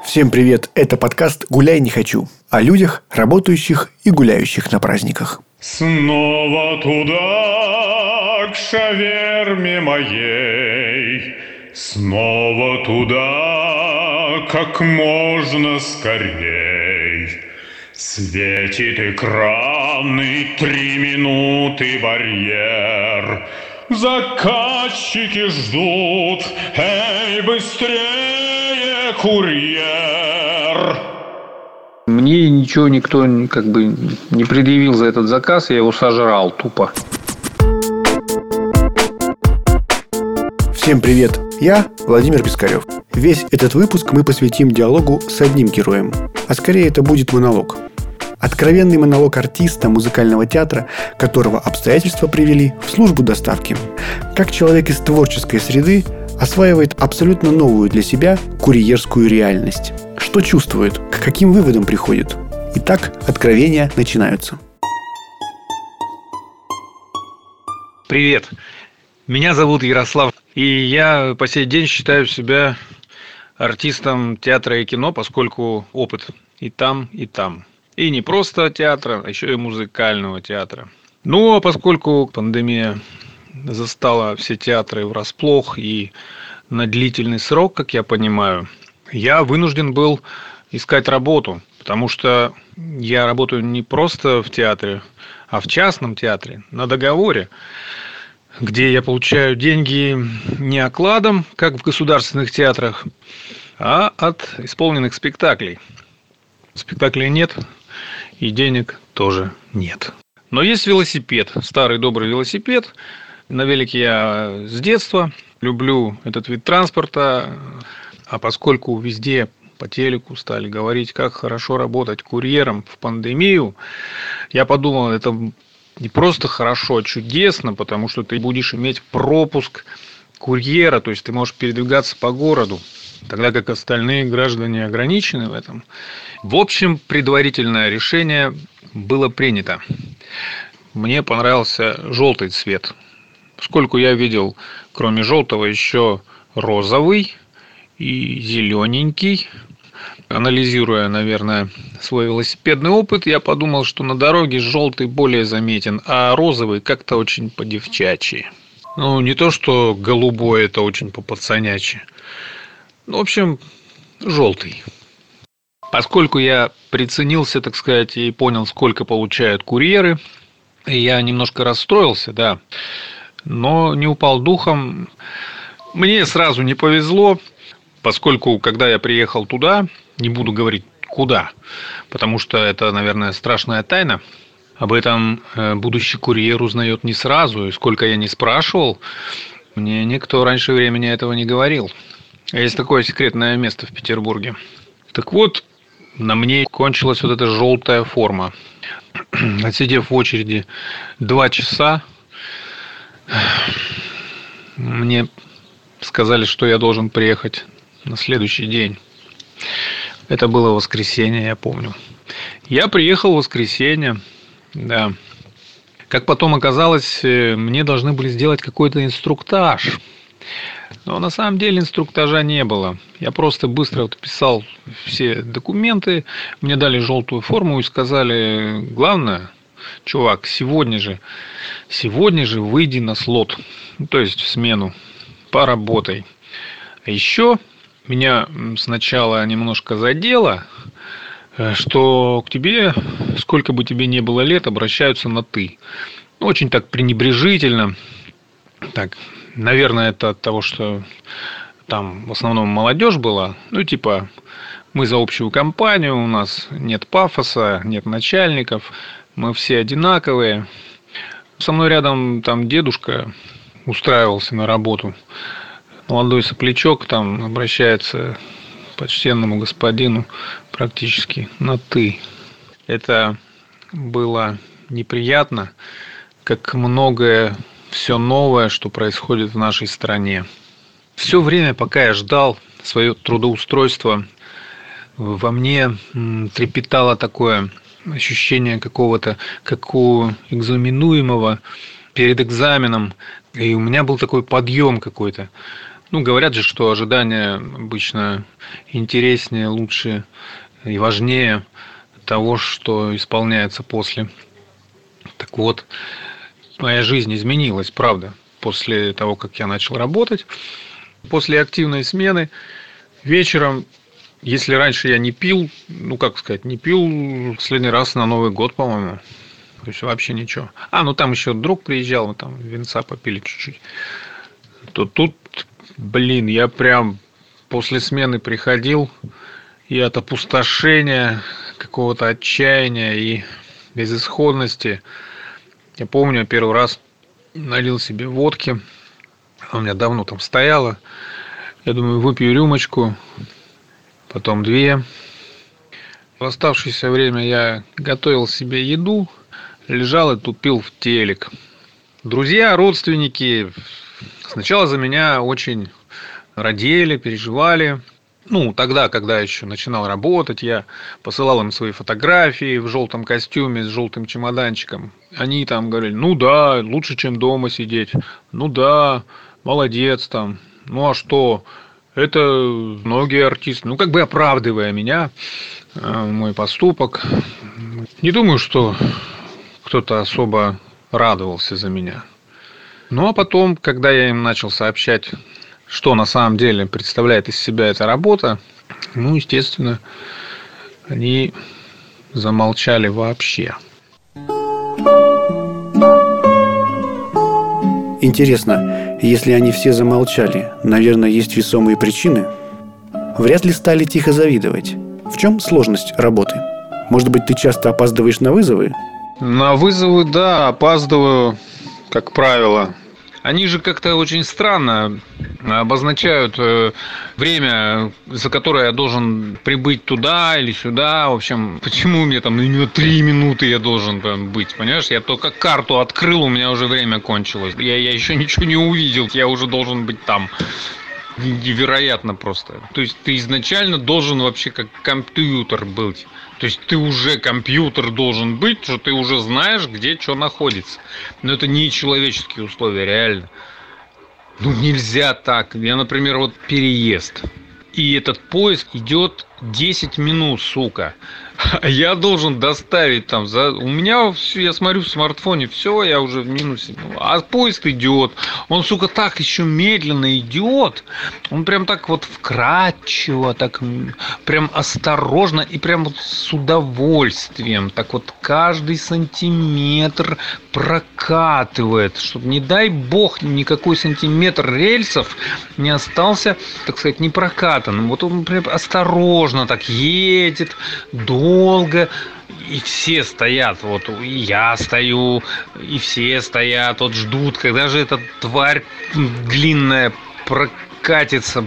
Всем привет, это подкаст «Гуляй не хочу» о людях, работающих и гуляющих на праздниках. Снова туда, к шаверме моей, снова туда, как можно скорей. Светит экранный 3 минуты барьер. Заказчики ждут, эй, быстрее, курьер! Мне ничего никто не предъявил за этот заказ, я его сожрал тупо. Всем привет, я Владимир Пискарев. Весь этот выпуск мы посвятим диалогу с одним героем, а скорее это будет монолог. Откровенный монолог артиста музыкального театра, которого обстоятельства привели в службу доставки. Как человек из творческой среды осваивает абсолютно новую для себя курьерскую реальность. Что чувствует, к каким выводам приходит. Итак, откровения начинаются. Привет, меня зовут Ярослав, и я по сей день считаю себя артистом театра и кино, поскольку опыт и там, и там. И не просто театра, а еще и музыкального театра. Ну, а поскольку пандемия застала все театры врасплох и на длительный срок, как я понимаю, я вынужден был искать работу, потому что я работаю не просто в театре, а в частном театре, на договоре, где я получаю деньги не окладом, как в государственных театрах, а от исполненных спектаклей. Спектаклей нет, и денег тоже нет. Но есть велосипед, старый добрый велосипед. На велике я с детства люблю этот вид транспорта. А поскольку везде по телеку стали говорить, как хорошо работать курьером в пандемию, я подумал, это не просто хорошо, а чудесно, потому что ты будешь иметь пропуск курьера, то есть ты можешь передвигаться по городу, тогда как остальные граждане ограничены в этом. В общем, предварительное решение было принято. Мне понравился желтый цвет, поскольку я видел, кроме желтого, еще розовый и зелененький. Анализируя, наверное, свой велосипедный опыт, я подумал, что на дороге желтый более заметен, а розовый как-то очень по-девчачьи. Ну, не то, что голубой, это очень по-пацанячьи. В общем, желтый. Поскольку я приценился, так сказать, и понял, сколько получают курьеры, я немножко расстроился, да, но не упал духом. Мне сразу не повезло, поскольку, когда я приехал туда, не буду говорить куда, потому что это, наверное, страшная тайна. Об этом будущий курьер узнает не сразу, и сколько я не спрашивал, мне никто раньше времени этого не говорил. Есть такое секретное место в Петербурге. Так вот, на мне кончилась вот эта желтая форма. Отсидев в очереди 2 часа, мне сказали, что я должен приехать на следующий день. Это было воскресенье, я помню. Я приехал в воскресенье, да. Как потом оказалось, мне должны были сделать какой-то инструктаж. Но на самом деле инструктажа не было. Я просто быстро подписал все документы. Мне дали желтую форму и сказали: главное, чувак, сегодня же выйди на слот. То есть в смену. Поработай. А еще меня сначала немножко задело, что к тебе, сколько бы тебе ни было лет, обращаются на «ты». Очень так пренебрежительно. Так, наверное, это от того, что там в основном молодежь была. Ну, типа, мы за общую компанию, у нас нет пафоса, нет начальников, мы все одинаковые. Со мной рядом там дедушка устраивался на работу. Молодой соплячок там обращается к почтенному господину практически на «ты». Это было неприятно, как многое все новое, что происходит в нашей стране. Все время, пока я ждал свое трудоустройство, во мне трепетало такое ощущение какого-то, как у экзаменуемого перед экзаменом. И у меня был такой подъем какой-то. Ну, говорят же, что ожидания обычно интереснее, лучше и важнее того, что исполняется после. Так вот, моя жизнь изменилась, правда, после того, как я начал работать. После активной смены вечером, если раньше я не пил, не пил последний раз на Новый год, по-моему. То есть вообще ничего. Ну там еще друг приезжал, мы там винца попили чуть-чуть. То тут, я прям после смены приходил, и от опустошения, какого-то отчаяния и безысходности. Я помню, первый раз налил себе водки. Она у меня давно там стояла. Я думаю, выпью рюмочку, потом 2. В оставшееся время я готовил себе еду, лежал и тупил в телек. Друзья, родственники сначала за меня очень радели, переживали. Тогда, когда еще начинал работать, я посылал им свои фотографии в желтом костюме с желтым чемоданчиком. Они там говорили, да, лучше, чем дома сидеть. Да, молодец там. А что? Это многие артисты. Оправдывая меня, мой поступок. Не думаю, что кто-то особо радовался за меня. А потом, когда я им начал сообщать, что на самом деле представляет из себя эта работа, естественно, они замолчали вообще. Интересно, если они все замолчали, наверное, есть весомые причины? Вряд ли стали тихо завидовать. В чем сложность работы? Может быть, ты часто опаздываешь на вызовы? На вызовы, да, опаздываю, как правило. Они же как-то очень странно обозначают время, за которое я должен прибыть туда или сюда. В общем, почему мне там 3 минуты я должен там быть, понимаешь? Я только карту открыл, у меня уже время кончилось. Я еще ничего не увидел, я уже должен быть там. Невероятно просто. То есть ты изначально должен вообще как компьютер быть. То есть ты уже компьютер должен быть, что ты уже знаешь, где что находится. Но это не человеческие условия, реально. Нельзя так. Я, например, переезд. И этот поезд идет 10 минут, сука. А я должен доставить там у меня все, я смотрю в смартфоне, все, я уже в минусе. А поезд идет. Он, сука, так еще медленно идет. Он прям так вкрадчиво, так прям осторожно и прям с удовольствием. Так каждый сантиметр прокатывает, чтобы, не дай бог, никакой сантиметр рельсов не остался, так сказать, не прокатанным. Он прям осторожно так едет, долго, и все стоят, и я стою, и все стоят, ждут, когда же эта тварь длинная прокатится.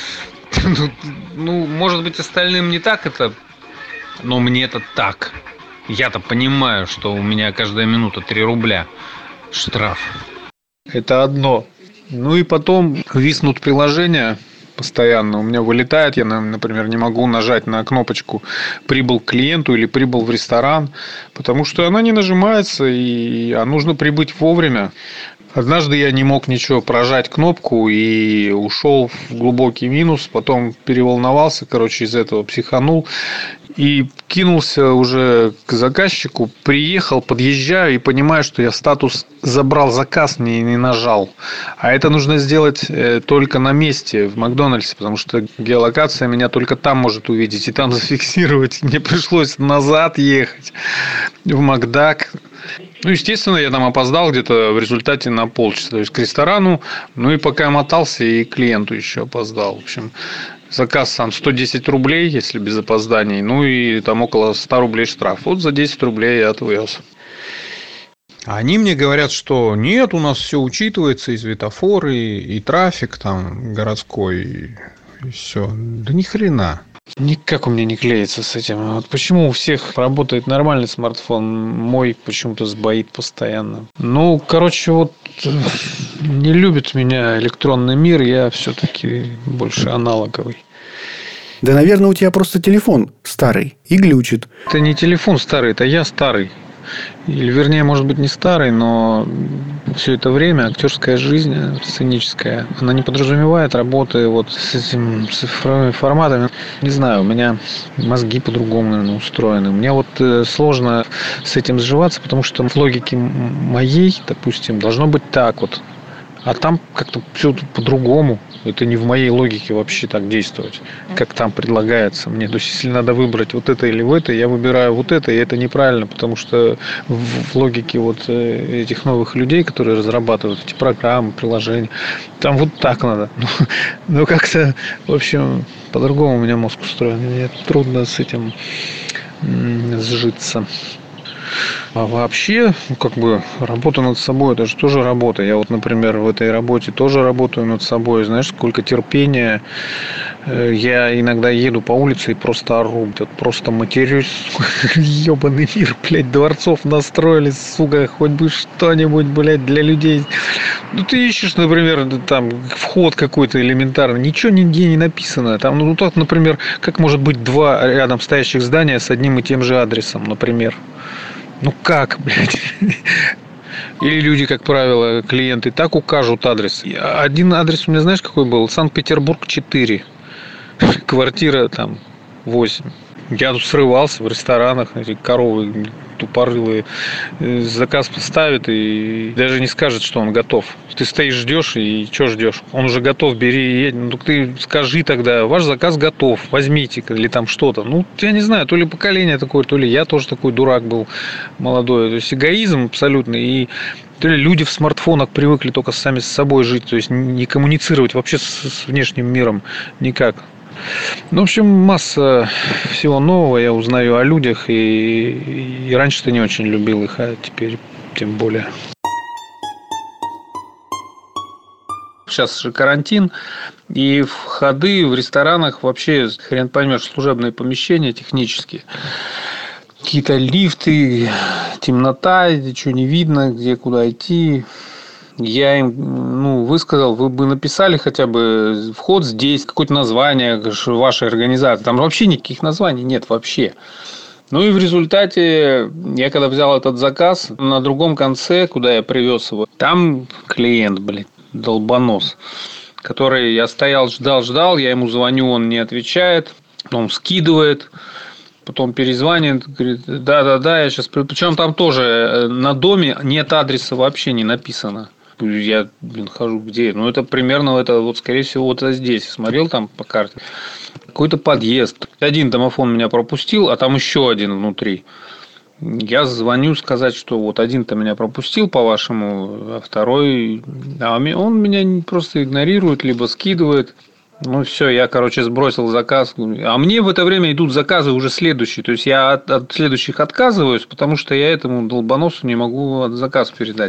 Может быть, остальным не так это, но мне это так. Я-то понимаю, что у меня каждая минута 3 рубля штраф. Это одно. И потом виснут приложения постоянно. У меня вылетает, я, например, не могу нажать на кнопочку «Прибыл к клиенту» или «Прибыл в ресторан», потому что она не нажимается, а нужно прибыть вовремя. Однажды я не мог ничего прожать кнопку и ушел в глубокий минус, потом переволновался, из-за этого психанул и кинулся уже к заказчику, приехал, подъезжаю и понимаю, что я статус «Забрал заказ» не нажал. А это нужно сделать только на месте в Макдональдсе, потому что геолокация меня только там может увидеть и там зафиксировать. Мне пришлось назад ехать в Макдак. Естественно, я там опоздал где-то в результате на полчаса. То есть к ресторану, и пока я мотался, и к клиенту еще опоздал. В общем, заказ сам 110 рублей, если без опозданий. И там около 100 рублей штраф. За 10 рублей я отвез. А они мне говорят, что нет, у нас все учитывается, и светофоры, и трафик там городской, и все. Да ни хрена. Никак у меня не клеится с этим. Почему у всех работает нормальный смартфон, мой почему-то сбоит постоянно. Не любит меня электронный мир, я все-таки больше аналоговый. Да, наверное, у тебя просто телефон старый и глючит. Это не телефон старый, это я старый. или, вернее, может быть, не старый, но все это время актерская жизнь сценическая, она не подразумевает работы вот с этими цифровыми форматами. Не знаю, у меня мозги по-другому, наверное, устроены. Мне вот сложно с этим сживаться, потому что в логике моей, допустим, должно быть так вот. А там как-то все по-другому. Это не в моей логике вообще так действовать, как там предлагается мне. То есть, если надо выбрать вот это или в это, я выбираю вот это, и это неправильно, потому что в логике вот этих новых людей, которые разрабатывают эти программы, приложения, там вот так надо. Но как-то, в общем, по-другому у меня мозг устроен. Мне трудно с этим сжиться. А вообще, работа над собой, это же тоже работа. Я вот, например, в этой работе тоже работаю над собой. Знаешь, сколько терпения. Я иногда еду по улице и просто ору. Просто матерюсь. Ёбаный мир, блядь, дворцов настроили, сука, хоть бы что-нибудь, блядь, для людей. Ну, ты ищешь, например, там, вход какой-то элементарный. Ничего нигде не написано. Там, ну, так, например, как может быть два рядом стоящих здания с одним и тем же адресом, например? Ну как, блядь? Или люди, как правило, клиенты так укажут адрес. Один адрес у меня, знаешь, какой был? Санкт-Петербург, 4. Квартира там 8. Я тут срывался в ресторанах, эти коровы тупорылые. Заказ поставит и даже не скажет, что он готов. Ты стоишь, ждешь, и что ждешь? Он уже готов, бери и едь. Ну, ты скажи тогда, ваш заказ готов, возьмите, или там что-то. Ну, я не знаю, то ли поколение такое, то ли я тоже такой дурак был молодой. То есть, эгоизм абсолютный. И то ли люди в смартфонах привыкли только сами с собой жить, то есть, не коммуницировать вообще с внешним миром никак. Ну, в общем, масса всего нового я узнаю о людях, и раньше-то не очень любил их, а теперь тем более. Сейчас же карантин, и входы в ресторанах вообще, хрен поймешь, служебные помещения технические. Какие-то лифты, темнота, ничего не видно, где куда идти. Я им высказал, вы бы написали хотя бы вход здесь, какое-то название вашей организации. Там вообще никаких названий нет вообще. Ну и в результате, я когда взял этот заказ, на другом конце, куда я привез его, там клиент, блядь, долбанос, который я стоял, ждал, я ему звоню, он не отвечает, он скидывает. Потом перезванивает, говорит, да, я сейчас... Причем там тоже на доме нет адреса, вообще не написано. Я, хожу где? Ну, это примерно, скорее всего, вот здесь. Смотрел там по карте. Какой-то подъезд. Один домофон меня пропустил, а там еще один внутри. Я звоню сказать, что вот один-то меня пропустил, по-вашему, а второй... он меня просто игнорирует, либо скидывает. Ну, все, я, сбросил заказ. А мне в это время идут заказы уже следующие. То есть, я от следующих отказываюсь, потому что я этому долбоносу не могу заказ передать.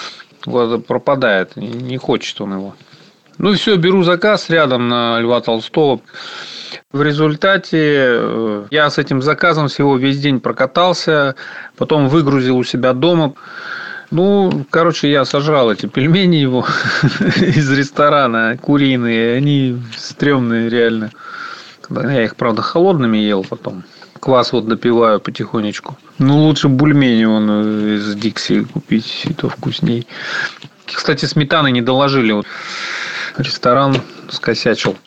Вот пропадает. Не хочет он его. Ну, и все, беру заказ рядом на Льва Толстого. В результате я с этим заказом всего весь день прокатался. Потом выгрузил у себя дома. Ну, я сожрал эти пельмени его из ресторана, куриные. Они стрёмные, реально. Я их, правда, холодными ел потом. Квас допиваю потихонечку. Ну, лучше бульмени из Дикси купить, и то вкусней. Кстати, сметаны не доложили. Ресторан скосячил.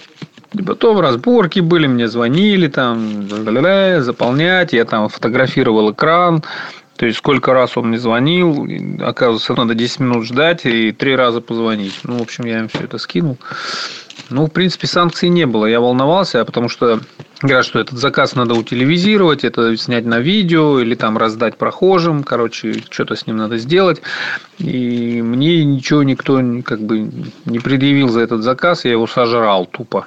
И потом разборки были, мне звонили, там, заполнять. Я там фотографировал экран. То есть, сколько раз он мне звонил, оказывается, надо 10 минут ждать и 3 раза позвонить. Ну, в общем, я им все это скинул. Ну, в принципе, санкций не было. Я волновался, потому что говорят, что этот заказ надо утилизировать, это снять на видео или там раздать прохожим. Что-то с ним надо сделать. И мне ничего никто не предъявил за этот заказ, я его сожрал тупо.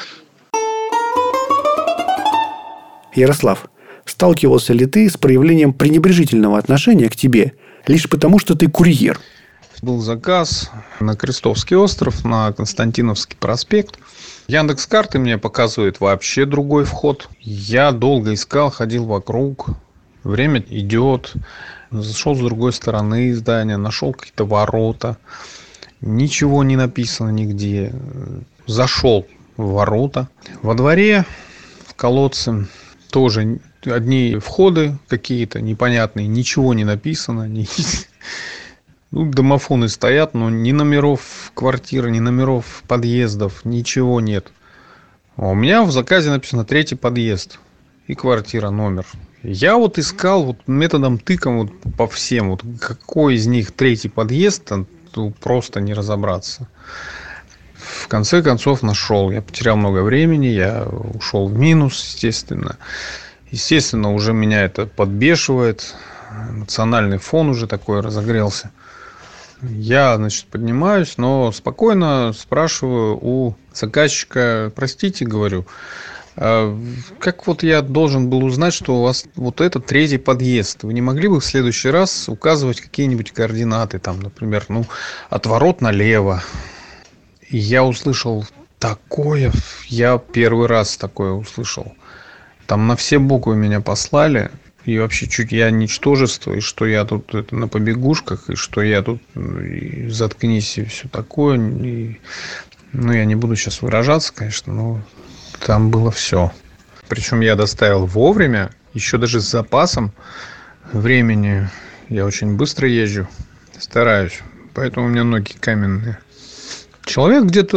Ярослав, сталкивался ли ты с проявлением пренебрежительного отношения к тебе лишь потому, что ты курьер? Был заказ на Крестовский остров, на Константиновский проспект. Яндекс.Карты мне показывает вообще другой вход. Я долго искал, ходил вокруг. Время идет. Зашел с другой стороны здания, нашел какие-то ворота. Ничего не написано нигде. Зашел в ворота. Во дворе, в колодце, Тоже одни входы какие-то непонятные, ничего не написано. Ну, домофоны стоят, но ни номеров квартиры, ни номеров подъездов, ничего нет. А у меня в заказе написано 3-й подъезд и квартира, номер. Я вот искал вот методом тыком вот по всем, вот какой из них 3-й подъезд, просто не разобраться. В конце концов нашел. Я потерял много времени, я ушел в минус, естественно. Естественно, уже меня это подбешивает. Эмоциональный фон уже такой разогрелся. Я, значит, поднимаюсь, но спокойно спрашиваю у заказчика: простите, говорю, как вот я должен был узнать, что у вас вот это 3-й подъезд? Вы не могли бы в следующий раз указывать какие-нибудь координаты, там, например, от ворот налево? И я услышал такое, я первый раз такое услышал. Там на все буквы меня послали. И вообще чуть я ничтожество, и что я тут на побегушках, и что я тут заткнись и все такое. Я не буду сейчас выражаться, конечно, но там было все. Причем я доставил вовремя, еще даже с запасом времени. Я очень быстро езжу, стараюсь, поэтому у меня ноги каменные. Человек где-то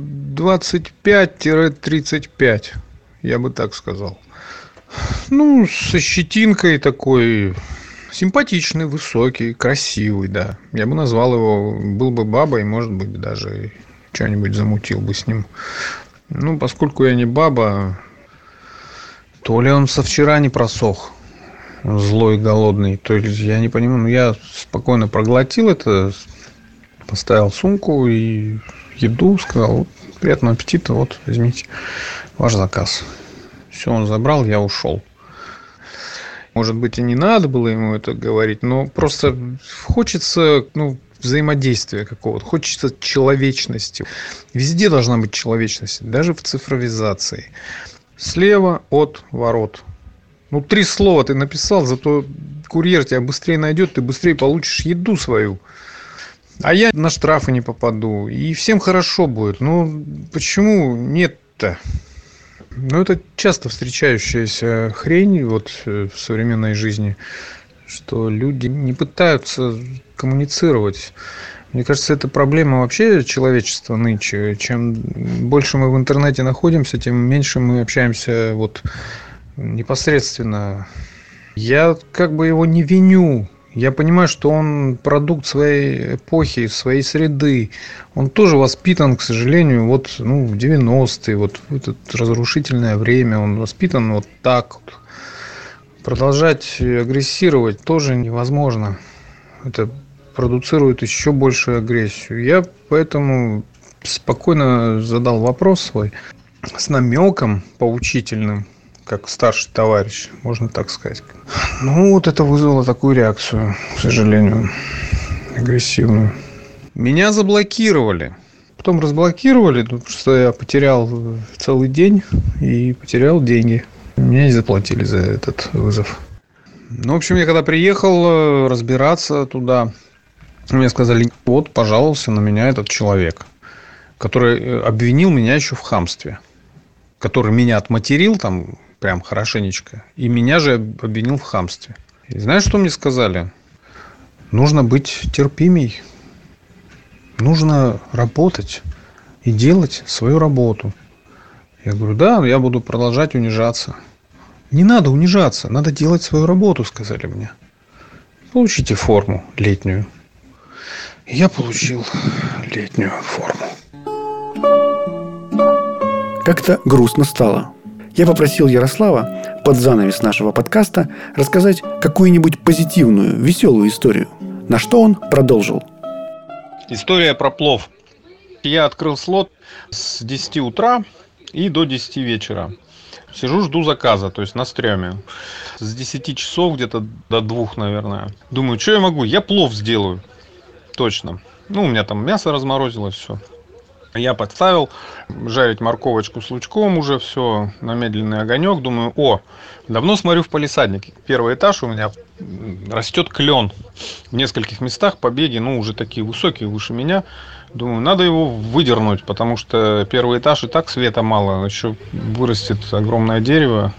25-35, я бы так сказал. Со щетинкой такой, симпатичный, высокий, красивый, да. Я бы назвал его, был бы бабой, может быть, даже что-нибудь замутил бы с ним. Поскольку я не баба, то ли он со вчера не просох, злой, голодный, то ли я не понимаю. Я спокойно проглотил это, поставил сумку и еду, сказал: приятного аппетита, вот, возьмите ваш заказ. Все, он забрал, я ушел. Может быть, и не надо было ему это говорить, но просто хочется, взаимодействия какого-то, хочется человечности. Везде должна быть человечность, даже в цифровизации. Слева от ворот. 3 слова ты написал, зато курьер тебя быстрее найдет, ты быстрее получишь еду свою. А я на штрафы не попаду, и всем хорошо будет. Почему нет-то? Это часто встречающаяся хрень в современной жизни, что люди не пытаются коммуницировать. Мне кажется, это проблема вообще человечества нынче. Чем больше мы в интернете находимся, тем меньше мы общаемся непосредственно. Я его не виню. Я понимаю, что он продукт своей эпохи, своей среды. Он тоже воспитан, к сожалению, в 90-е, в это разрушительное время. Он воспитан вот так вот. Продолжать агрессировать тоже невозможно. Это продуцирует еще большую агрессию. Я поэтому спокойно задал вопрос свой с намеком поучительным, как старший товарищ, можно так сказать. Это вызвало такую реакцию, к сожалению, агрессивную. Меня заблокировали. Потом разблокировали, потому что я потерял целый день и потерял деньги. Меня не заплатили за этот вызов. В общем, я когда приехал разбираться туда, мне сказали: пожаловался на меня этот человек, который обвинил меня еще в хамстве, который меня отматерил там прям хорошенечко, и меня же обвинил в хамстве. И знаешь, что мне сказали? Нужно быть терпимей, нужно работать и делать свою работу. Я говорю: да, я буду продолжать унижаться. Не надо унижаться, надо делать свою работу, сказали мне. Получите форму летнюю. И я получил летнюю форму. Как-то грустно стало. Я попросил Ярослава под занавес нашего подкаста рассказать какую-нибудь позитивную, веселую историю. На что он продолжил. История про плов. Я открыл слот с 10 утра и до 10 вечера. Сижу, жду заказа, то есть на стреме. С 10 часов где-то до 2, наверное. Думаю, что я могу? Я плов сделаю. Точно. У меня там мясо разморозилось, все. Я подставил жарить морковочку с лучком уже все на медленный огонек. Думаю: давно смотрю в палисаднике. Первый этаж у меня растет клен. В нескольких местах побеги, уже такие высокие, выше меня. Думаю, надо его выдернуть, потому что первый этаж и так света мало. Еще вырастет огромное дерево.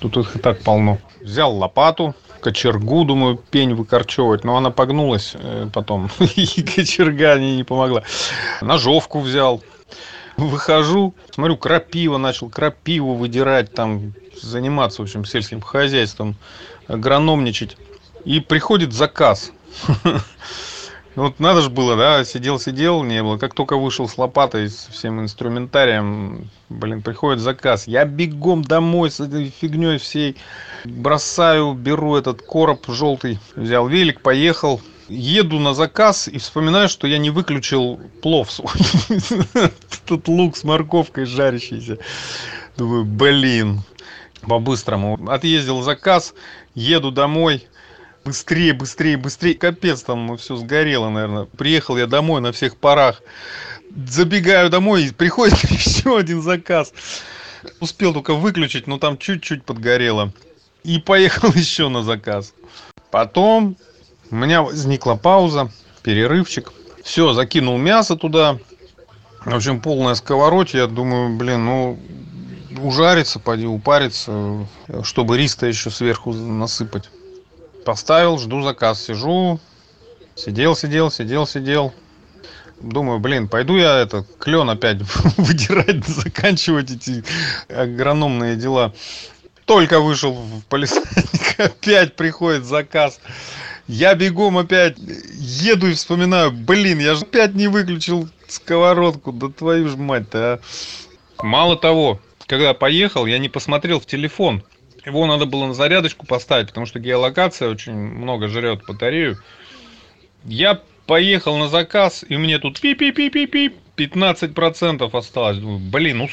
Тут их и так полно. Взял лопату, кочергу, думаю, пень выкорчевывать, но она погнулась потом, и кочерга не помогла. Ножовку взял. Выхожу, смотрю, крапива, начал крапиву выдирать, там, заниматься, в общем, сельским хозяйством, агрономничать. И приходит заказ. Вот надо же было, да, сидел, не было. Как только вышел с лопатой, с всем инструментарием, приходит заказ. Я бегом домой с этой фигней всей, бросаю, беру этот короб желтый, взял велик, поехал. Еду на заказ и вспоминаю, что я не выключил плов свой. Тут лук с морковкой жарящийся. Думаю, по-быстрому. Отъездил заказ, еду домой. Быстрее. Капец, там все сгорело, наверное. Приехал я домой на всех парах. Забегаю домой, и приходит еще один заказ. Успел только выключить, но там чуть-чуть подгорело. И поехал еще на заказ. Потом у меня возникла пауза, перерывчик. Все, закинул мясо туда. В общем, полная сковородь. Я думаю, ужарится, поди упарится, чтобы рис-то еще сверху насыпать. Поставил, жду заказ, сижу. Сидел. Думаю, пойду я клен опять выдирать, заканчивать эти агрономные дела. Только вышел в палисадник, опять приходит заказ. Я бегом опять еду и вспоминаю, я же опять не выключил сковородку, да твою ж мать-то, а. Мало того, когда поехал, я не посмотрел в телефон. Его надо было на зарядочку поставить, потому что геолокация очень много жрет батарею. Я поехал на заказ, и мне тут 15% осталось. Думаю,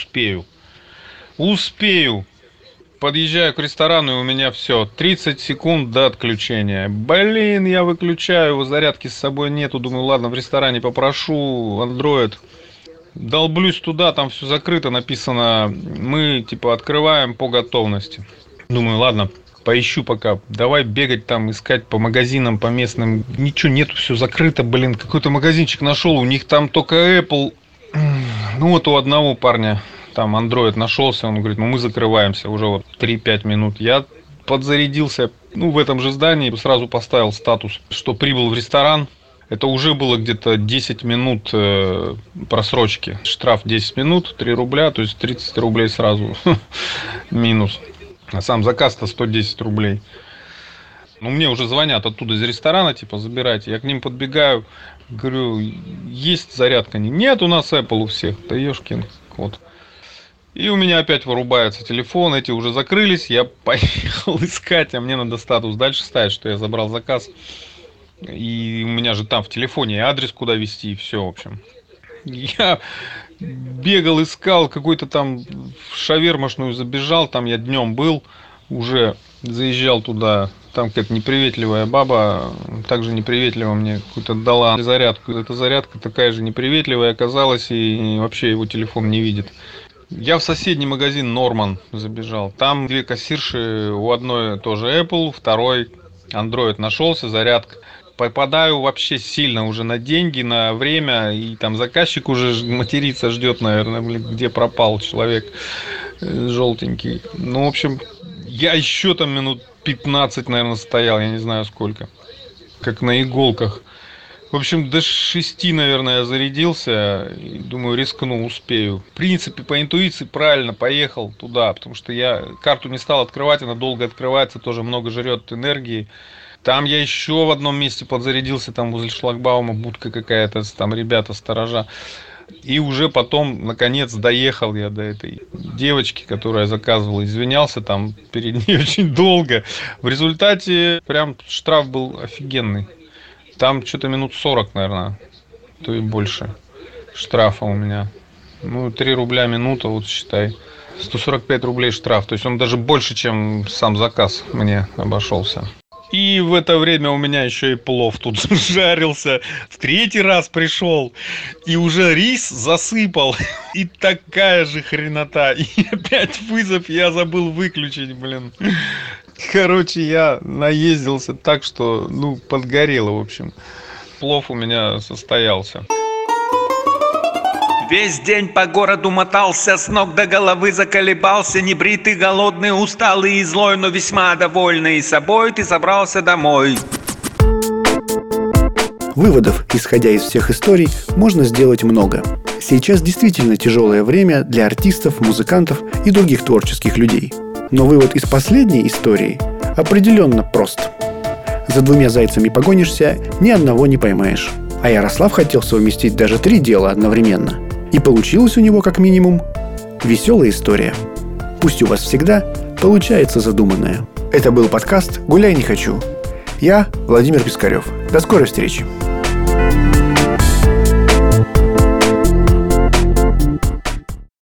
успею. Подъезжаю к ресторану, и у меня все, 30 секунд до отключения. Я выключаю, его зарядки с собой нету. Думаю, ладно, в ресторане попрошу Android. Долблюсь туда, там все закрыто, написано, мы открываем по готовности. Думаю, ладно, поищу пока. Давай бегать там, искать по магазинам, по местным. Ничего нету, все закрыто, какой-то магазинчик нашел, у них там только Apple. Вот у одного парня там Android нашелся, он говорит, мы закрываемся уже 3-5 минут. Я подзарядился, в этом же здании, сразу поставил статус, что прибыл в ресторан. Это уже было где-то 10 минут просрочки. Штраф 10 минут, 3 рубля, то есть 30 рублей сразу минус. А сам заказ-то 110 рублей. Мне уже звонят оттуда из ресторана, забирайте. Я к ним подбегаю, говорю, есть зарядка? Нет, у нас Apple у всех. Да ешкин кот. И у меня опять вырубается телефон, эти уже закрылись. Я поехал искать, а мне надо статус дальше ставить, что я забрал заказ. И у меня же там в телефоне адрес, куда везти, и все, в общем. Я бегал, искал, какой-то там в шавермашную забежал, там я днем был, уже заезжал туда, там какая-то неприветливая баба, также неприветливо мне какую-то дала зарядку. Эта зарядка такая же неприветливая оказалась, и вообще его телефон не видит. Я в соседний магазин Норман забежал, там 2 кассирши, у одной тоже Apple, второй Android нашелся, зарядка. Попадаю вообще сильно уже на деньги, на время, и там заказчик уже материться ждет, наверное, где пропал человек желтенький. В общем, я еще там минут 15, наверное, стоял, я не знаю сколько, как на иголках. В общем, до 6, наверное, я зарядился, и думаю, рискну, успею. В принципе, по интуиции правильно поехал туда, потому что я карту не стал открывать, она долго открывается, тоже много жрет энергии. Там я еще в одном месте подзарядился, там возле шлагбаума будка какая-то, там ребята сторожа. И уже потом, наконец, доехал я до этой девочки, которая заказывала, извинялся там перед ней очень долго. В результате прям штраф был офигенный. Там что-то минут 40, наверное, то и больше штрафа у меня. 3 рубля минута, вот считай. 145 рублей штраф, то есть он даже больше, чем сам заказ мне обошелся. И в это время у меня еще и плов тут жарился. В 3-й раз пришел. И уже рис засыпал. И такая же хренота. И опять вызов я забыл выключить, Короче, я наездился так, что, подгорело, в общем. Плов у меня состоялся. Весь день по городу мотался, с ног до головы заколебался, небритый, голодный, усталый и злой, но весьма довольный собой, ты собрался домой. Выводов, исходя из всех историй, можно сделать много. Сейчас действительно тяжелое время для артистов, музыкантов и других творческих людей. Но вывод из последней истории определенно прост. За 2 зайцами погонишься, ни одного не поймаешь. А Ярослав хотел совместить даже 3 дела одновременно. И получилось у него как минимум веселая история. Пусть у вас всегда получается задуманное. Это был подкаст «Гуляй не хочу». Я Владимир Пискарев. До скорой встречи.